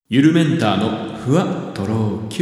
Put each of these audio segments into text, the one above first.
ゆるメンターのふわとろきゅ。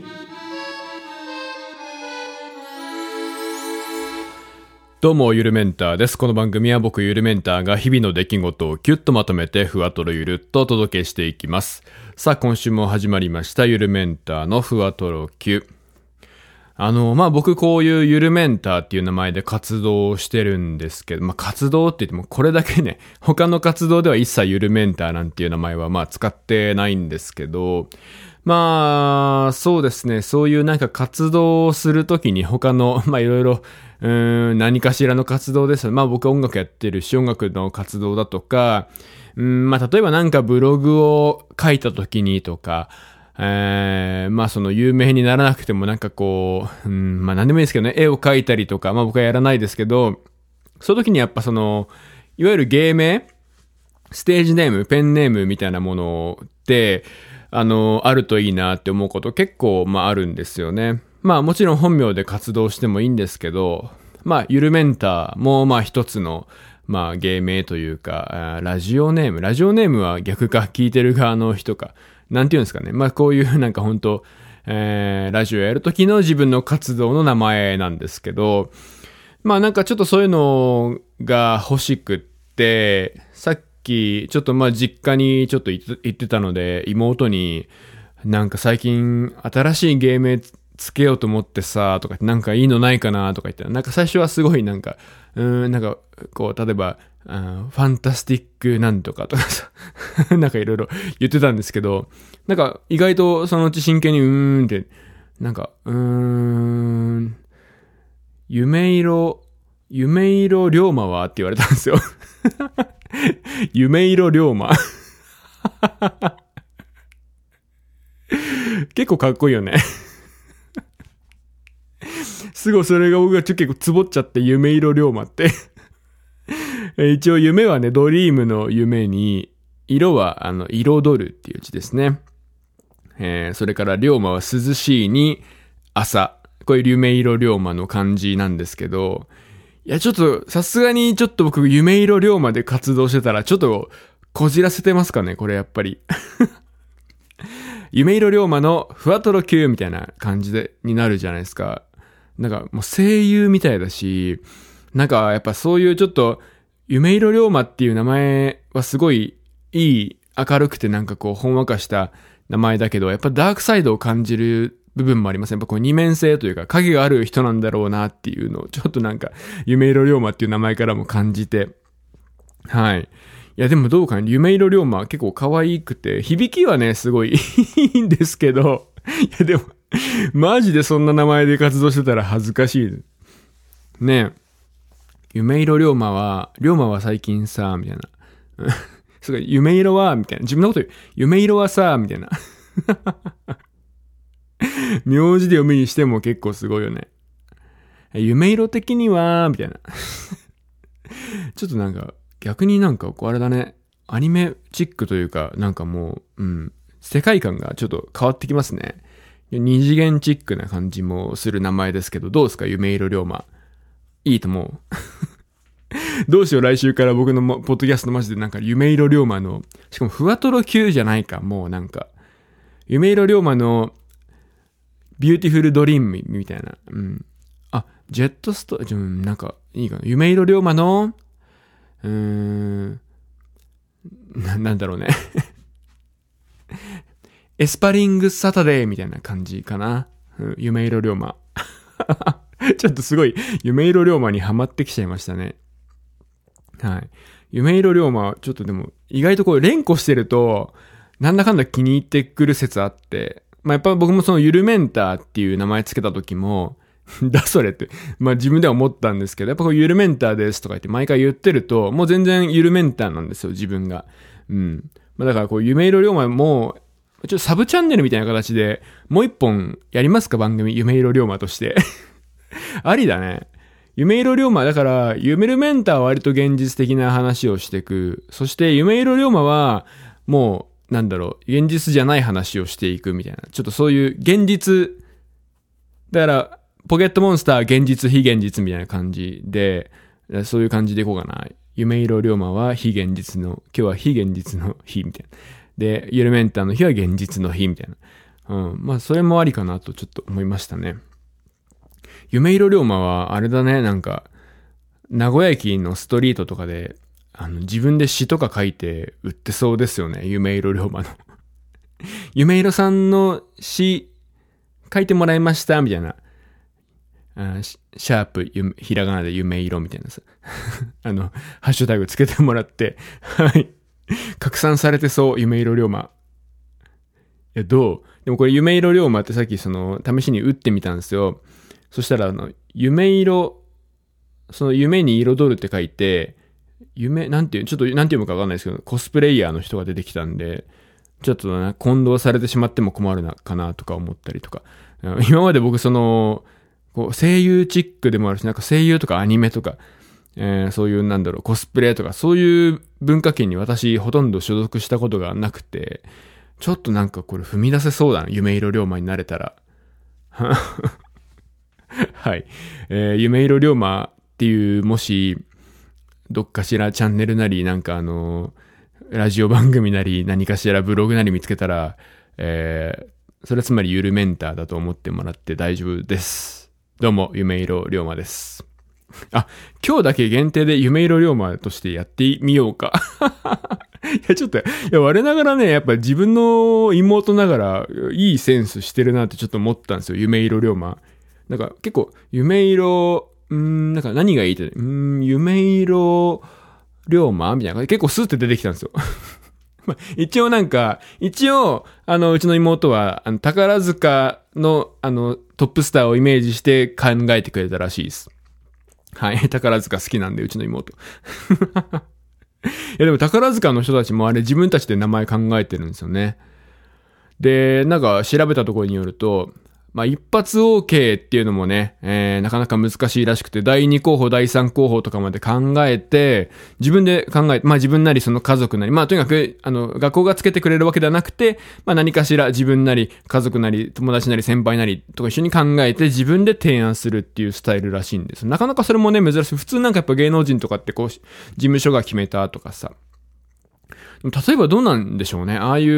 どうもゆるメンターです。この番組は僕ゆるメンターが日々の出来事をキュッとまとめてふわとろゆるっとお届けしていきます。さあ今週も始まりましたゆるメンターのふわとろきゅ。僕こういうゆるメンターっていう名前で活動をしてるんですけど、活動って言ってもこれだけね、他の活動では一切ゆるメンターなんていう名前は使ってないんですけど、そうですね、そういうなんか活動をするときに他の、いろいろ、何かしらの活動です。僕は音楽やってるし、音楽の活動だとか、例えばなんかブログを書いたときにとか、その有名にならなくてもなんかこう、何でもいいですけどね、絵を描いたりとか、僕はやらないですけど、その時にやっぱいわゆる芸名、ステージネーム、ペンネームみたいなものって、あるといいなって思うこと結構、あるんですよね。もちろん本名で活動してもいいんですけど、ゆるメンターも一つの、芸名というか、ラジオネームは逆か、聞いてる側の人か、なんていうんですかね。こういうなんか本当ラジオやる時の自分の活動の名前なんですけど、なんかちょっとそういうのが欲しくって、さっきちょっと実家にちょっと行ってたので、妹になんか最近新しい芸名つけようと思ってさ、とかなんかいいのないかなとか言ったら、なんか最初はすごいなんかこう、例えば、ファンタスティックなんとかとかさ、なんかいろいろ言ってたんですけど、なんか意外とそのうち真剣にって、なんか、夢色龍馬はって言われたんですよ。夢色龍馬。結構かっこいいよね。すごいそれが僕が結構ツボっちゃって夢色龍馬って。一応夢はね、ドリームの夢に、色は彩るっていう字ですね。それから龍馬は涼しいに朝。こういう夢色龍馬の漢字なんですけど、いやちょっとさすがにちょっと僕夢色龍馬で活動してたらちょっとこじらせてますかね、これやっぱり。夢色龍馬のふわとろ級みたいな感じになるじゃないですか。なんかもう声優みたいだし、なんかやっぱそういうちょっと夢色龍馬っていう名前はすごいいい、明るくてなんかこうほんわかした名前だけど、やっぱダークサイドを感じる部分もありますね。やっぱこう二面性というか影がある人なんだろうなっていうのをちょっとなんか夢色龍馬っていう名前からも感じて。はい。いやでもどうかな、夢色龍馬結構可愛くて、響きはねすごいいいんですけど、いやでもマジでそんな名前で活動してたら恥ずかしい。ねえ。夢色龍馬は最近さ、みたいな。すごい、夢色は、みたいな。自分のこと言う。夢色はさ、みたいな。名字で読みにしても結構すごいよね。夢色的には、みたいな。ちょっとなんか、逆になんか、あれだね。アニメチックというか、なんかもう、世界観がちょっと変わってきますね。二次元チックな感じもする名前ですけど、どうですか、夢色龍馬。いいと思う。どうしよう、来週から僕のポッドキャストマジでなんか夢色龍馬の、しかもふわとろ級じゃないか、もうなんか、夢色龍馬のビューティフルドリームみたいな。ジェットスト、なんかいいかな。夢色龍馬の、なんだろうね。エスパリングサタデーみたいな感じかな。夢色龍馬。ちょっとすごい夢色龍馬にハマってきちゃいましたね。はい。夢色龍馬、ちょっとでも意外とこう連呼してるとなんだかんだ気に入ってくる説あって、やっぱ僕もそのゆるメンターっていう名前つけた時もそれって自分では思ったんですけど、やっぱこうゆるメンターですとか言って毎回言ってるともう全然ゆるメンターなんですよ、自分が。だからこう夢色龍馬もちょっとサブチャンネルみたいな形でもう一本やりますか、番組夢色龍馬として。ありだね。夢色龍馬だから、夢メンターは割と現実的な話をしていく。そして夢色龍馬はもう現実じゃない話をしていくみたいな。ちょっとそういう現実だからポケットモンスター現実非現実みたいな感じで、そういう感じでいこうかな。夢色龍馬は非現実の、今日は非現実の日みたいな。 で、ゆるメンターの日は現実の日みたいな。まあ、それもありかなとちょっと思いましたね。夢色龍馬は、あれだね、なんか、名古屋駅のストリートとかで、自分で詩とか書いて売ってそうですよね。夢色龍馬の。夢色さんの詩書いてもらいましたみたいな。シャープ、ひらがなで夢色みたいなさ。ハッシュタグつけてもらって、はい。拡散されてそう、夢色龍馬。でもこれ夢色龍馬ってさっき試しに打ってみたんですよ。そしたら夢色、その夢に彩るって書いて、ちょっとなんて読むかわかんないですけど、コスプレイヤーの人が出てきたんで、ちょっと混同されてしまっても困るかなとか思ったりとか。今まで僕こう声優チックでもあるし、なんか声優とかアニメとか、そういうコスプレとか、そういう文化圏に私ほとんど所属したことがなくて、ちょっとなんかこれ踏み出せそうだな、夢色龍馬になれたら。はい。夢色龍馬っていう、もし、どっかしらチャンネルなり、なんかラジオ番組なり、何かしらブログなり見つけたら、それはつまりゆるメンターだと思ってもらって大丈夫です。どうも、夢色龍馬です。今日だけ限定で夢色龍馬としてやってみようか。我ながらね、やっぱ自分の妹ながら、いいセンスしてるなってちょっと思ったんですよ、夢色龍馬。なんか結構、夢色、なんか何がいいって、夢色龍馬みたいな。結構スーって出てきたんですよ。一応、うちの妹は、宝塚の、トップスターをイメージして考えてくれたらしいです。はい。宝塚好きなんで、うちの妹。いや、でも宝塚の人たちもあれ自分たちで名前考えてるんですよね。で、なんか調べたところによると、一発 OK っていうのもね、なかなか難しいらしくて、第2候補、第3候補とかまで考えて、自分で考えて、自分なりその家族なり、とにかく、学校がつけてくれるわけではなくて、何かしら自分なり、家族なり、友達なり、先輩なりとか一緒に考えて自分で提案するっていうスタイルらしいんです。なかなかそれもね、珍しい。普通なんかやっぱ芸能人とかって事務所が決めたとかさ。例えばどうなんでしょうね。ああいう、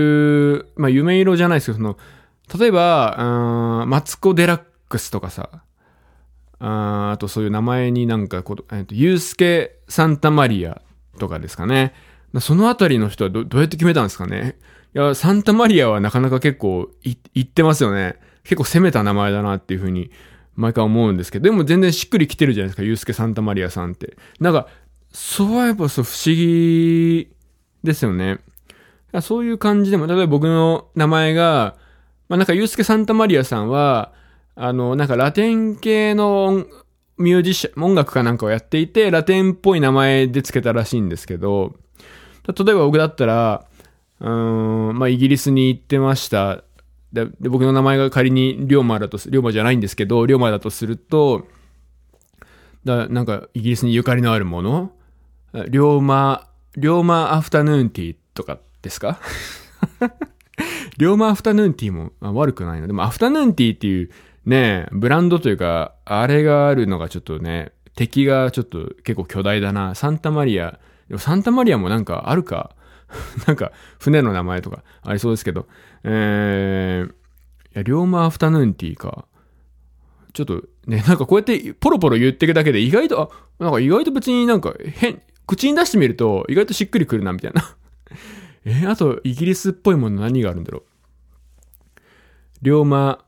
夢色じゃないですけど、例えば、マツコ・デラックスとかさ、あとそういう名前になんかユースケ・サンタマリアとかですかね。そのあたりの人はどうやって決めたんですかね。いや、サンタマリアはなかなか結構言ってますよね。結構攻めた名前だなっていうふうに毎回思うんですけど、でも全然しっくりきてるじゃないですか、ユースケ・サンタマリアさんって。なんか、そうはやっぱ不思議ですよね。そういう感じでも、例えば僕の名前が、なんか、ユースケ・サンタマリアさんは、なんかラテン系のミュージシャン、音楽かなんかをやっていて、ラテンっぽい名前で付けたらしいんですけど、例えば僕だったら、イギリスに行ってました。で、僕の名前が仮に龍馬じゃないんですけど、龍馬だとすると、なんか、イギリスにゆかりのあるもの龍馬アフタヌーンティーとかですか龍馬アフタヌーンティーも悪くないな。でもアフタヌーンティーっていうね、ブランドというか、あれがあるのがちょっとね、敵がちょっと結構巨大だな。サンタマリア。でもサンタマリアもなんかあるかなんか船の名前とかありそうですけど。いや、龍馬アフタヌーンティーか。ちょっとね、なんかこうやってポロポロ言っていくだけで意外と別になんか口に出してみると意外としっくりくるなみたいな。あと、イギリスっぽいもの何があるんだろう。龍馬バ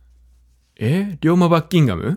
ッキンガム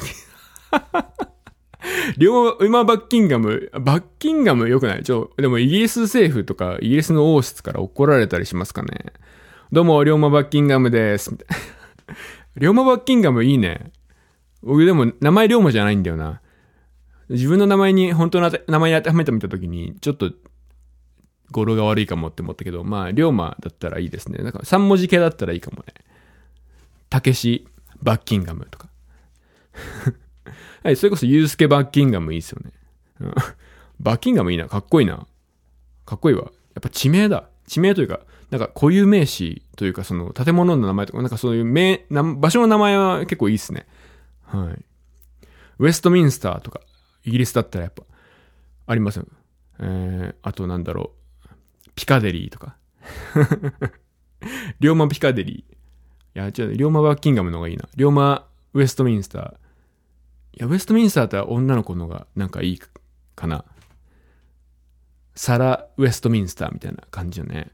龍馬バッキンガム良くない？でもイギリス政府とかイギリスの王室から怒られたりしますかね。どうも、龍馬バッキンガムです。龍馬バッキンガムいいね。僕でも名前龍馬じゃないんだよな。自分の名前に本当の名前に当てはめてみたときに、ちょっと、語呂が悪いかもって思ったけど、龍馬だったらいいですね。なんか3文字系だったらいいかもね。たけし、バッキンガムとか。はい、それこそユースケ・バッキンガムいいですよね。バッキンガムいいな。かっこいいな。かっこいいわ。やっぱ地名だ。地名というか、なんか固有名詞というか、その建物の名前とか、なんかそういう場所の名前は結構いいっすね。はい。ウェストミンスターとか、イギリスだったらやっぱ、ありますよ。あとなんだろう。ピカデリーとか。 龍馬ピカデリー。いや、龍馬バッキンガムの方がいいな。龍馬ウェストミンスター。いや、ウェストミンスターって女の子の方がなんかいいかな。サラ・ウェストミンスターみたいな感じよね。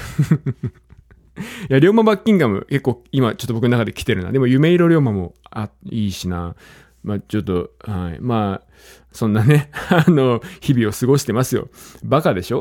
いや、龍馬バッキンガム結構今ちょっと僕の中で来てるな。でも夢色龍馬もいいしな。まあちょっと、はい。まあ、そんなね、日々を過ごしてますよ。バカでしょ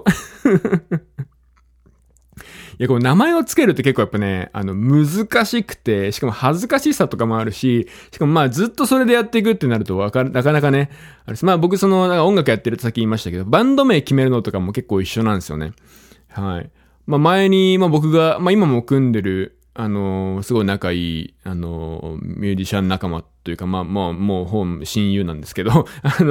いや、この名前をつけるって結構やっぱね、難しくて、しかも恥ずかしさとかもあるし、しかもまあずっとそれでやっていくってなるとなかなかね、まあ僕なんか音楽やってるとさっき言いましたけど、バンド名決めるのとかも結構一緒なんですよね。はい。まあ前に、まあ僕が、まあ今も組んでる、すごい仲いい、ミュージシャン仲間というか、まあもう親友なんですけど、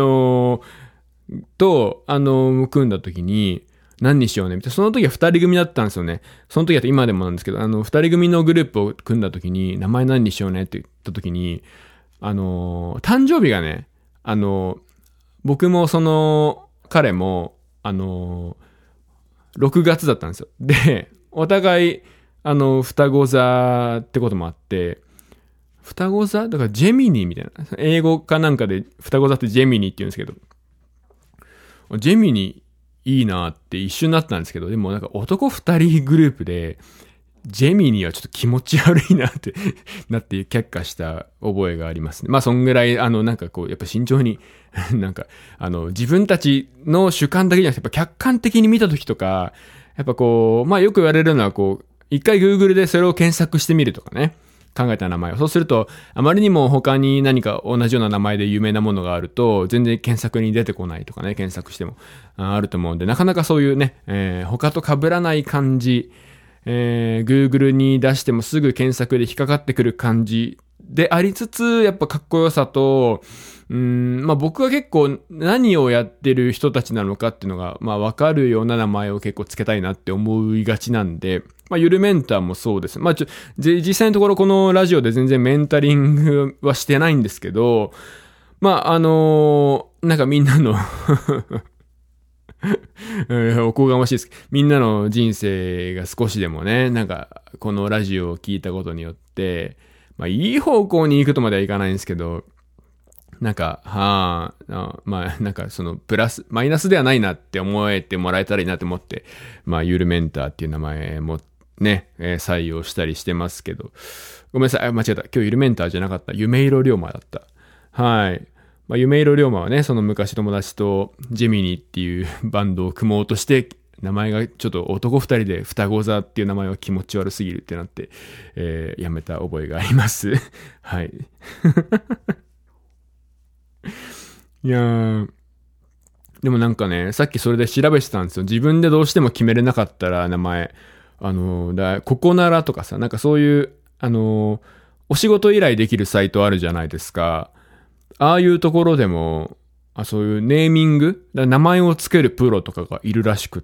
組んだ時に、何にしようねみたいな。その時は二人組だったんですよね。その時だと今でもなんですけど、二人組のグループを組んだ時に、名前何にしようねって言った時に、誕生日がね、僕も彼も、6月だったんですよ。で、お互い、双子座ってこともあって、双子座だからジェミニみたいな。英語かなんかで双子座ってジェミニって言うんですけど、ジェミニいいなって一瞬なったんですけど、でもなんか男二人グループで、ジェミニはちょっと気持ち悪いなってなって却下した覚えがありますね。まあそんぐらい、なんかこう、やっぱ慎重に、なんか、自分たちの主観だけじゃなくて、やっぱ客観的に見たときとか、やっぱこう、まあよく言われるのはこう、一回 Google でそれを検索してみるとかね。考えた名前を。そうすると、あまりにも他に何か同じような名前で有名なものがあると、全然検索に出てこないとかね、検索してもあると思うんで、なかなかそういうね、他と被らない感じ、Google に出してもすぐ検索で引っかかってくる感じでありつつ、やっぱかっこよさと、まあ僕は結構何をやってる人たちなのかっていうのが、まあわかるような名前を結構つけたいなって思いがちなんで、まあゆるメンターもそうです。まあ実際のところこのラジオで全然メンタリングはしてないんですけど、まあなんかみんなのおこがましいです。みんなの人生が少しでもね、なんかこのラジオを聞いたことによって、まあいい方向に行くとまではいかないんですけど、なんか、まあ、なんかマイナスではないなって思えてもらえたらいいなと思って、まあ、ゆるメンターっていう名前もね、採用したりしてますけど、ごめんなさい、間違えた。今日ゆるメンターじゃなかった。夢色龍馬だった。はい。まあ、夢色龍馬はね、その昔友達とジェミニっていうバンドを組もうとして、名前がちょっと男二人で双子座っていう名前は気持ち悪すぎるってなって、やめた覚えがあります。はい。いやー、でもなんかね、さっきそれで調べてたんですよ。自分でどうしても決めれなかったら名前。ここならとかさ、なんかそういう、お仕事依頼できるサイトあるじゃないですか。ああいうところでも、そういうネーミング、名前をつけるプロとかがいるらしくって、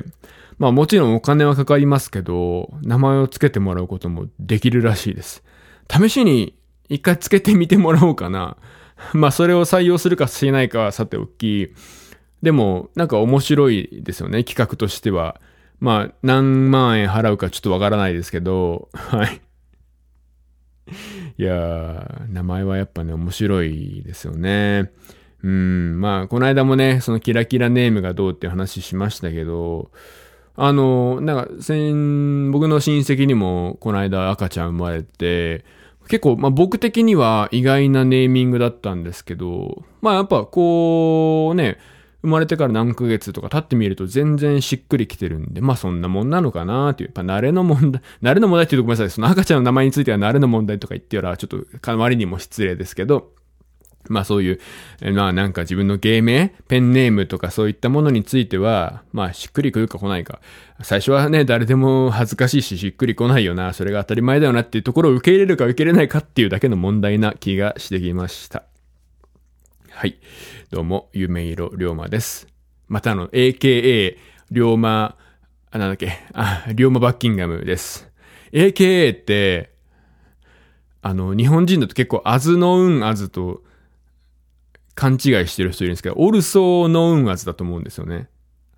まあもちろんお金はかかりますけど、名前をつけてもらうこともできるらしいです。試しに一回つけてみてもらおうかな。まあそれを採用するかしないかはさておき、でもなんか面白いですよね、企画としては。まあ何万円払うかちょっとわからないですけど、はい。いやー、名前はやっぱね面白いですよね。まあこの間もね、そのキラキラネームがどうって話しましたけど、なんか僕の親戚にもこの間赤ちゃん生まれて、結構、まあ僕的には意外なネーミングだったんですけど、まあやっぱこうね、生まれてから何ヶ月とか経ってみると全然しっくりきてるんで、まあそんなもんなのかなっていう、やっぱ慣れの問題っていうとごめんなさい、その赤ちゃんの名前については慣れの問題とか言ってたらちょっとあまりにも失礼ですけど、まあそういう、まあなんか自分の芸名、ペンネームとかそういったものについては、まあしっくりくるか来ないか。最初はね、誰でも恥ずかしいししっくり来ないよな、それが当たり前だよなっていうところを受け入れるか受け入れないかっていうだけの問題な気がしてきました。はい。どうも、夢色龍馬です。またAKA、龍馬、龍馬バッキンガムです。AKA って、日本人だと結構、アズノウンアズと、勘違いしてる人いるんですけど、オルソーノウンアズだと思うんですよね。はい。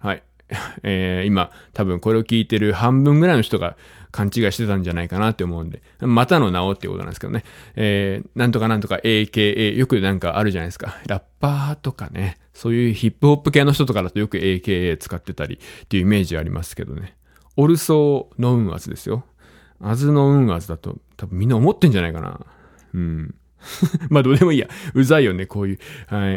今多分これを聞いてる半分ぐらいの人が勘違いしてたんじゃないかなって思うんで、またの名をっていうことなんですけどね。なんとかなんとか AKA、よくなんかあるじゃないですか。ラッパーとかね、そういうヒップホップ系の人とかだとよく AKA 使ってたりっていうイメージありますけどね。オルソーノウンアズですよ。アズノウンアズだと多分みんな思ってんじゃないかな。うん。まあどうでもいいや。うざいよね、こういう、はい、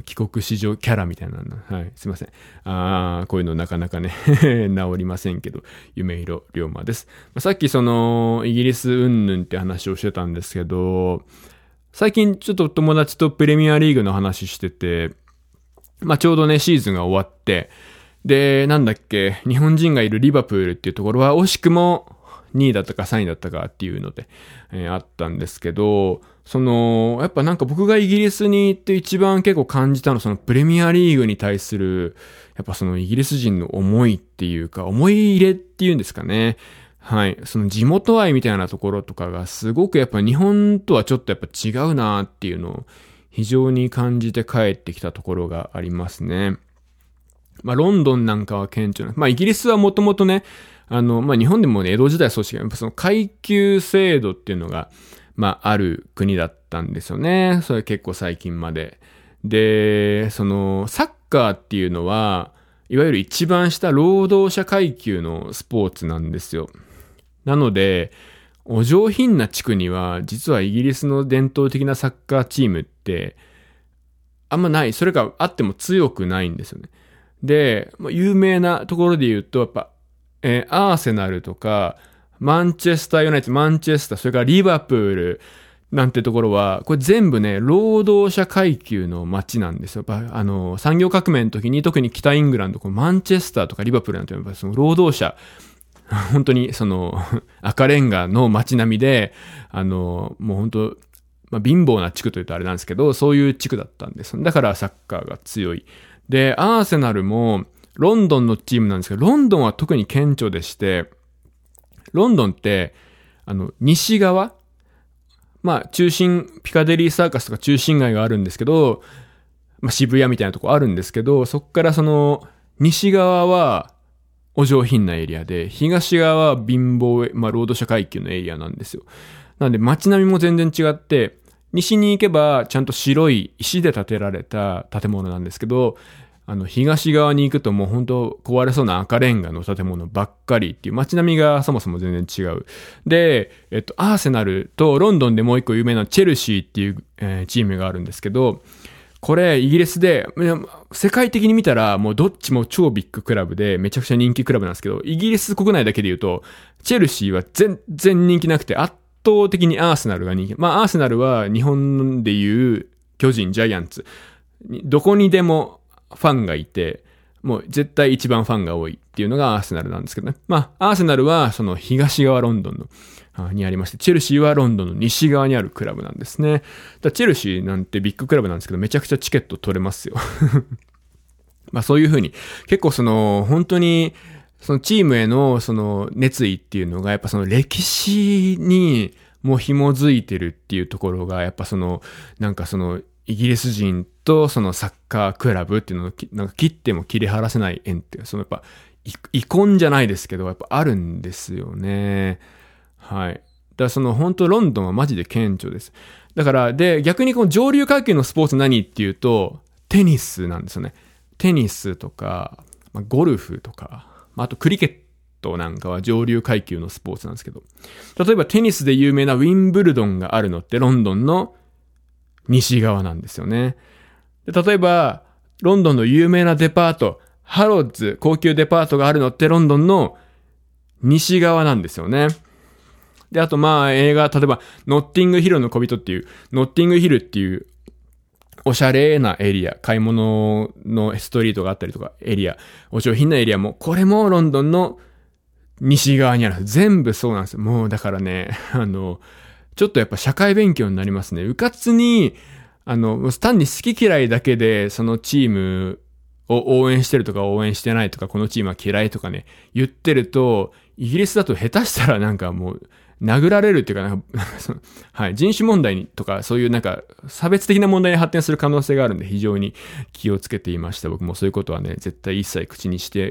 帰国子女キャラみたいなの。はい、すいません。こういうのなかなかね、治りませんけど、夢広龍馬です。さっきその、イギリス云々って話をしてたんですけど、最近ちょっと友達とプレミアリーグの話してて、まあちょうどね、シーズンが終わって、で、なんだっけ、日本人がいるリバプールっていうところは惜しくも2位だったか3位だったかっていうので、あったんですけど、やっぱなんか僕がイギリスに行って一番結構感じたのはそのプレミアリーグに対する、やっぱそのイギリス人の思いっていうか、思い入れっていうんですかね。はい。その地元愛みたいなところとかがすごくやっぱ日本とはちょっとやっぱ違うなっていうのを非常に感じて帰ってきたところがありますね。まあロンドンなんかは顕著な。まあイギリスはもともとね、まあ日本でもね、江戸時代そうして、やっぱその階級制度っていうのが、まあある国だったんですよね。それ結構最近まで。で、サッカーっていうのは、いわゆる一番下労働者階級のスポーツなんですよ。なので、お上品な地区には、実はイギリスの伝統的なサッカーチームって、あんまない。それがあっても強くないんですよね。で、有名なところで言うと、やっぱ、アーセナルとか、マンチェスターユナイテッド、マンチェスター、それからリバプールなんてところは、これ全部ね、労働者階級の街なんですよ。やっぱ、産業革命の時に特に北イングランド、このマンチェスターとかリバプールなんてやっぱその労働者、本当に赤レンガの街並みで、もう本当、まあ、貧乏な地区というとあれなんですけど、そういう地区だったんです。だからサッカーが強い。で、アーセナルも、ロンドンのチームなんですけど、ロンドンは特に顕著でして、ロンドンって、西側まあ、中心、ピカデリーサーカスとか中心街があるんですけど、まあ、渋谷みたいなとこあるんですけど、そっから西側は、お上品なエリアで、東側は貧乏、まあ、労働者階級のエリアなんですよ。なんで、街並みも全然違って、西に行けば、ちゃんと白い石で建てられた建物なんですけど、東側に行くともう本当壊れそうな赤レンガの建物ばっかりっていう街並みがそもそも全然違う。で、アーセナルとロンドンでもう一個有名なチェルシーっていう、チームがあるんですけど、これイギリスで、世界的に見たらもうどっちも超ビッグクラブでめちゃくちゃ人気クラブなんですけど、イギリス国内だけで言うと、チェルシーは全然人気なくて圧倒的にアーセナルが人気。まあアーセナルは日本でいう巨人、ジャイアンツ。どこにでもファンがいて、もう絶対一番ファンが多いっていうのがアーセナルなんですけどね。まあ、アーセナルはその東側ロンドンのにありまして、チェルシーはロンドンの西側にあるクラブなんですね。チェルシーなんてビッグクラブなんですけど、めちゃくちゃチケット取れますよ。まあそういうふうに、結構本当に、そのチームへの熱意っていうのが、やっぱ歴史にもう紐づいてるっていうところが、やっぱなんかイギリス人とサッカークラブっていうのをなんか切っても切り離せない縁っていう、やっぱ遺恨じゃないですけど、やっぱあるんですよね。はい。だから本当ロンドンはマジで顕著です。だから、で、逆にこの上流階級のスポーツ何っていうと、テニスなんですよね。テニスとか、ゴルフとか、あとクリケットなんかは上流階級のスポーツなんですけど、例えばテニスで有名なウィンブルドンがあるのってロンドンの西側なんですよね。で、例えば、ロンドンの有名なデパート、ハロッズ、高級デパートがあるのってロンドンの西側なんですよね。で、あと映画、例えば、ノッティングヒルの小人っていう、ノッティングヒルっていう、おしゃれなエリア、買い物のストリートがあったりとか、エリア、お上品なエリアも、これもロンドンの西側にある。全部そうなんですよ。もうだからね、ちょっとやっぱ社会勉強になりますね。うかつに、単に好き嫌いだけで、そのチームを応援してるとか応援してないとか、このチームは嫌いとかね、言ってると、イギリスだと下手したらなんかもう、殴られるっていうか、なんかはい、人種問題にとか、そういうなんか、差別的な問題に発展する可能性があるんで、非常に気をつけていました。僕もそういうことはね、絶対一切口にして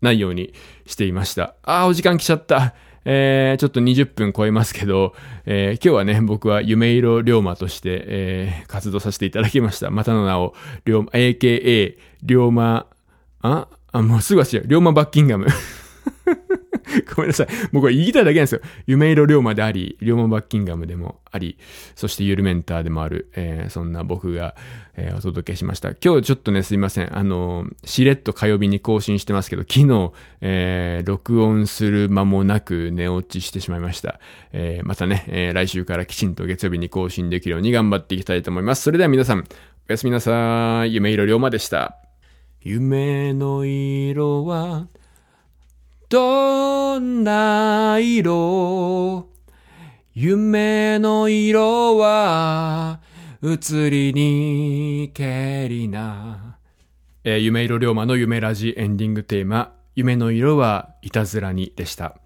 ないようにしていました。お時間来ちゃった。ちょっと20分超えますけど、今日はね、僕は夢色龍馬として、活動させていただきました。またの名を、AKA、龍馬、もうすぐは違う。龍馬バッキンガム。ごめんなさい。僕は言いたいだけなんですよ。夢色龍馬であり、龍馬バッキンガムでもあり、そしてゆるメンターでもある、そんな僕が、お届けしました。今日ちょっとね、すいません。しれっと火曜日に更新してますけど、昨日、録音する間もなく寝落ちしてしまいました。またね、来週からきちんと月曜日に更新できるように頑張っていきたいと思います。それでは皆さん、おやすみなさい。夢色龍馬でした。夢の色は、どんな色？夢の色は移りにけりな。夢色龍馬の夢ラジエンディングテーマ、夢の色はいたずらにでした。